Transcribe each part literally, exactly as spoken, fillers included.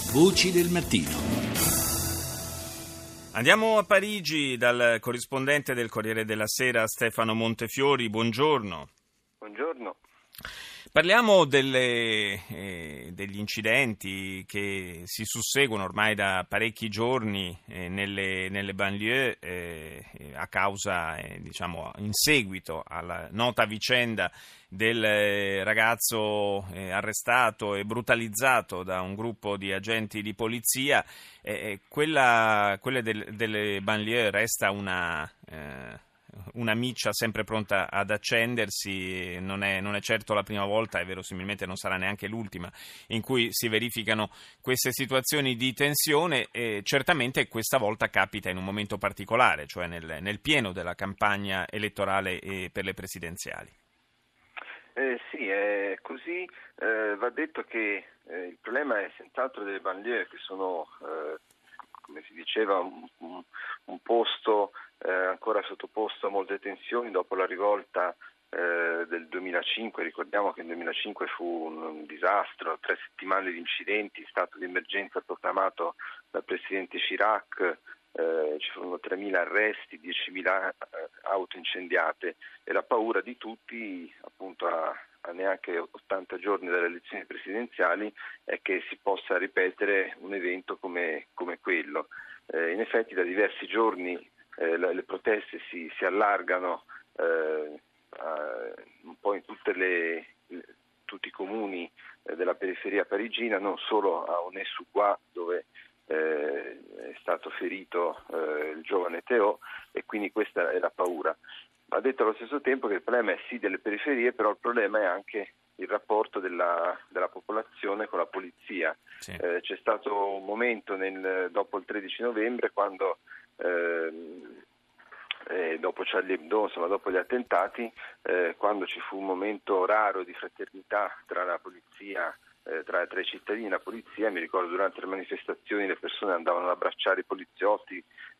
Voci del mattino. Andiamo a Parigi dal corrispondente del Corriere della Sera Stefano Montefiori. Buongiorno. Buongiorno. Parliamo delle, eh, degli incidenti che si susseguono ormai da parecchi giorni eh, nelle, nelle banlieue eh, a causa, eh, diciamo, in seguito alla nota vicenda del ragazzo eh, arrestato e brutalizzato da un gruppo di agenti di polizia. Eh, quella, quella del, delle banlieue resta una... Eh, una miccia sempre pronta ad accendersi, non è, non è certo la prima volta e verosimilmente non sarà neanche l'ultima in cui si verificano queste situazioni di tensione, e certamente questa volta capita in un momento particolare, cioè nel, nel pieno della campagna elettorale e per le presidenziali. Eh, sì, è così. Eh, va detto che eh, il problema è senz'altro delle banlieue, che sono, eh, come si diceva, un, un, un posto eh, ancora sottoposto a molte tensioni dopo la rivolta eh, del duemilacinque. Ricordiamo che il duemilacinque fu un, un disastro, tre settimane di incidenti, stato di emergenza proclamato dal presidente Chirac. Eh, ci furono tremila arresti, diecimila eh, auto incendiate, e la paura di tutti, appunto a, a neanche ottanta giorni dalle elezioni presidenziali, è che si possa ripetere un evento come, come quello. Eh, in effetti da diversi giorni eh, le, le proteste si, si allargano eh, a, un po' in tutte le, tutti i comuni eh, della periferia parigina, non solo a Aulnay-sous-Bois, dove Eh, è stato ferito eh, il giovane Théo, e quindi questa è la paura. Va detto allo stesso tempo che il problema è sì delle periferie, però il problema è anche il rapporto della, della popolazione con la polizia. Sì. Eh, c'è stato un momento nel, dopo il tredici novembre, quando eh, eh, dopo Charlie Hebdo, insomma dopo gli attentati, eh, quando ci fu un momento raro di fraternità tra la polizia Tra, tra i cittadini e la polizia. Mi ricordo durante le manifestazioni le persone andavano ad abbracciare i poliziotti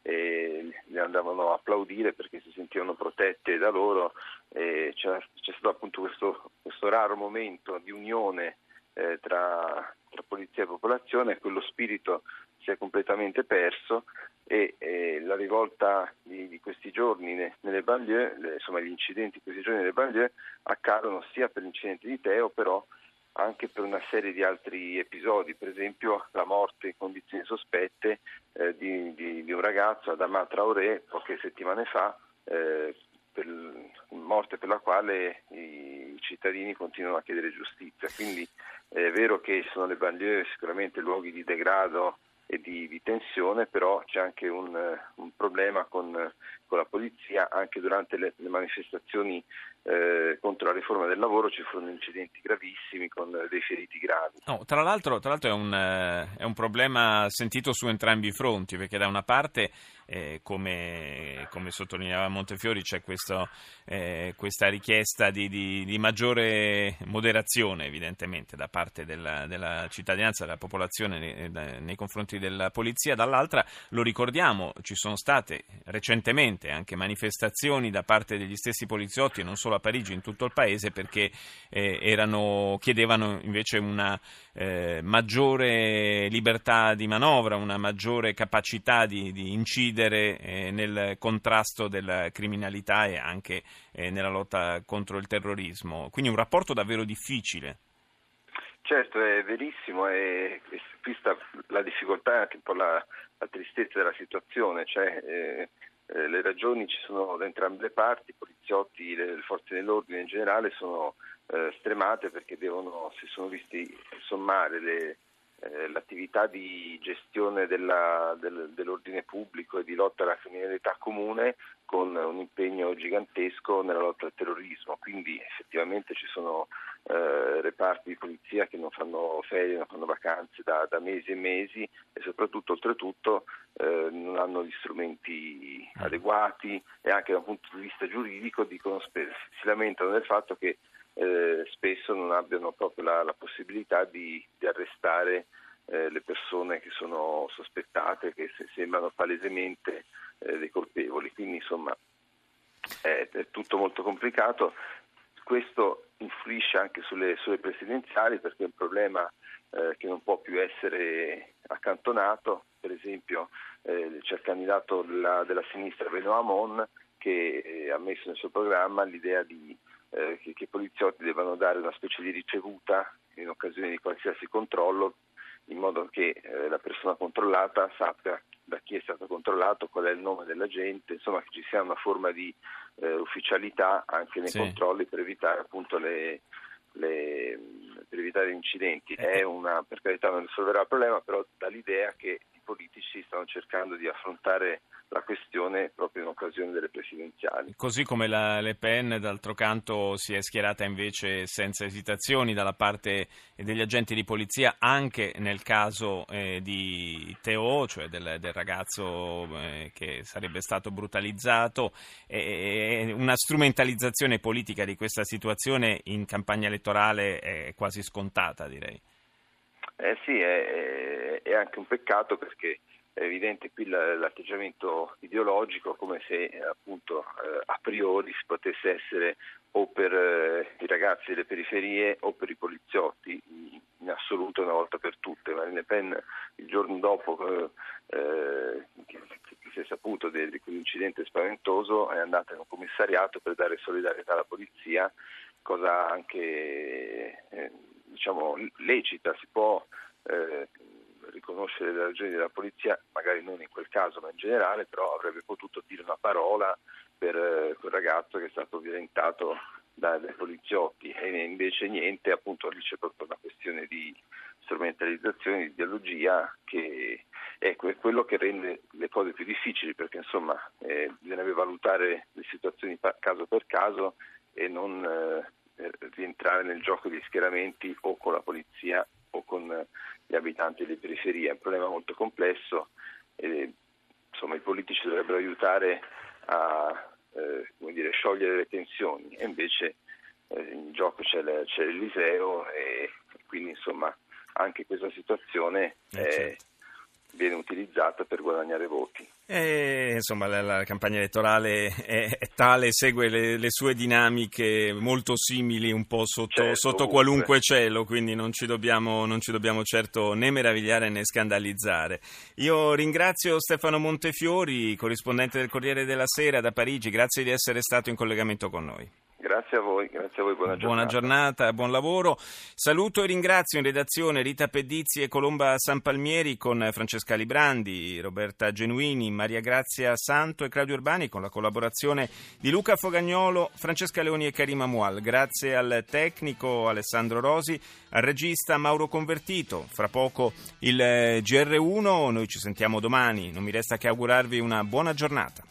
e li andavano a applaudire perché si sentivano protette da loro, e c'è, c'è stato appunto questo, questo raro momento di unione eh, tra, tra polizia e popolazione, e quello spirito si è completamente perso, e, e la rivolta di, di questi giorni ne, nelle banlieue, le, insomma gli incidenti di questi giorni nelle banlieue accadono sia per l'incidente di Théo, però anche per una serie di altri episodi, per esempio la morte in condizioni sospette eh, di, di, di un ragazzo, Adama Traoré, poche settimane fa, eh, per, morte per la quale i, i cittadini continuano a chiedere giustizia. Quindi è vero che sono le banlieue sicuramente luoghi di degrado e di, di tensione, però c'è anche un, un problema con, con la polizia. Anche durante le, le manifestazioni eh, contro la riforma del lavoro ci furono incidenti gravissimi con dei feriti gravi. No, tra l'altro, tra l'altro è un, è un problema sentito su entrambi i fronti, perché da una parte, eh, come, come sottolineava Montefiori, c'è questo, eh, questa richiesta di, di, di maggiore moderazione, evidentemente, da parte della, della cittadinanza, della popolazione nei, nei confronti della polizia. Dall'altra, lo ricordiamo, ci sono state recentemente anche manifestazioni da parte degli stessi poliziotti, non solo a Parigi, in tutto il paese, perché eh, erano, chiedevano invece una eh, maggiore libertà di manovra, una maggiore capacità di, di incidere eh, nel contrasto della criminalità e anche eh, nella lotta contro il terrorismo. Quindi un rapporto davvero difficile. Certo, è verissimo, e qui sta la difficoltà e anche un po' la, la tristezza della situazione, cioè eh, eh, le ragioni ci sono da entrambe le parti. I poliziotti, le, le forze dell'ordine in generale sono eh, stremate perché devono, si sono visti sommare le, eh, l'attività di gestione della, del, dell'ordine pubblico e di lotta alla criminalità comune con un impegno gigantesco nella lotta al terrorismo. Quindi effettivamente ci sono eh, reparti di polizia che non fanno ferie, non fanno vacanze da, da mesi e mesi, e soprattutto, oltretutto, eh, non hanno gli strumenti adeguati, e anche da un punto di vista giuridico dicono, si lamentano del fatto che eh, spesso non abbiano proprio la, la possibilità di, di arrestare eh, le persone che sono sospettate, che se sembrano palesemente eh, dei colpevoli. Quindi insomma è, è tutto molto complicato. Questo influisce anche sulle, sulle presidenziali, perché è un problema eh, che non può più essere accantonato, per esempio eh, c'è il candidato della, della sinistra Benoît Hamon che eh, ha messo nel suo programma l'idea di, eh, che, che i poliziotti devono dare una specie di ricevuta in occasione di qualsiasi controllo, in modo che eh, la persona controllata sappia da chi è stato controllato, qual è il nome dell'agente, insomma che ci sia una forma di eh, ufficialità anche nei sì. controlli per evitare appunto le, le per evitare incidenti. Eh. È una, per carità non risolverà il problema, però dà l'idea che i politici stanno cercando di affrontare la questione proprio in occasione delle presidenziali. Così come la Le Pen, d'altro canto, si è schierata invece senza esitazioni dalla parte degli agenti di polizia, anche nel caso eh, di Théo, cioè del, del ragazzo eh, che sarebbe stato brutalizzato. E una strumentalizzazione politica di questa situazione in campagna elettorale è quasi scontata, direi. Eh sì, è, è anche un peccato, perché è evidente qui l'atteggiamento ideologico, come se appunto eh, a priori si potesse essere o per eh, i ragazzi delle periferie o per i poliziotti, in assoluto una volta per tutte. Marine Le Pen il giorno dopo eh, che, che si è saputo di, di quell'incidente spaventoso è andata in un commissariato per dare solidarietà alla polizia, cosa anche eh, diciamo lecita. Si può eh, riconoscere le ragioni della polizia, magari non in quel caso ma in generale, però avrebbe potuto dire una parola per eh, quel ragazzo che è stato violentato da, dai poliziotti, e invece niente. Appunto lì c'è proprio una questione di strumentalizzazione, di ideologia, che è quello che rende le cose più difficili, perché insomma eh, bisognerebbe valutare le situazioni caso per caso e non eh, rientrare nel gioco di schieramenti o con la polizia o con gli abitanti delle periferie. È un problema molto complesso e insomma i politici dovrebbero aiutare a eh, come dire, sciogliere le tensioni, e invece eh, in gioco c'è, le, c'è l'Eliseo, e quindi insomma anche questa situazione eh, eh, certo. viene utilizzata per guadagnare voti. E, insomma la, la campagna elettorale è, è tale, segue le, le sue dinamiche molto simili un po' sotto, certo, sotto qualunque cielo, quindi non ci dobbiamo non ci dobbiamo certo né meravigliare né scandalizzare. Io ringrazio Stefano Montefiori, corrispondente del Corriere della Sera da Parigi, grazie di essere stato in collegamento con noi. Grazie a voi, grazie a voi, buona giornata. Buona giornata, buon lavoro. Saluto e ringrazio in redazione Rita Pedizzi e Colomba Sanpalmieri, con Francesca Librandi, Roberta Genuini, Maria Grazia Santo e Claudio Urbani, con la collaborazione di Luca Fogagnolo, Francesca Leoni e Karima Mual. Grazie al tecnico Alessandro Rosi, al regista Mauro Convertito. Fra poco il G R uno, noi ci sentiamo domani. Non mi resta che augurarvi una buona giornata.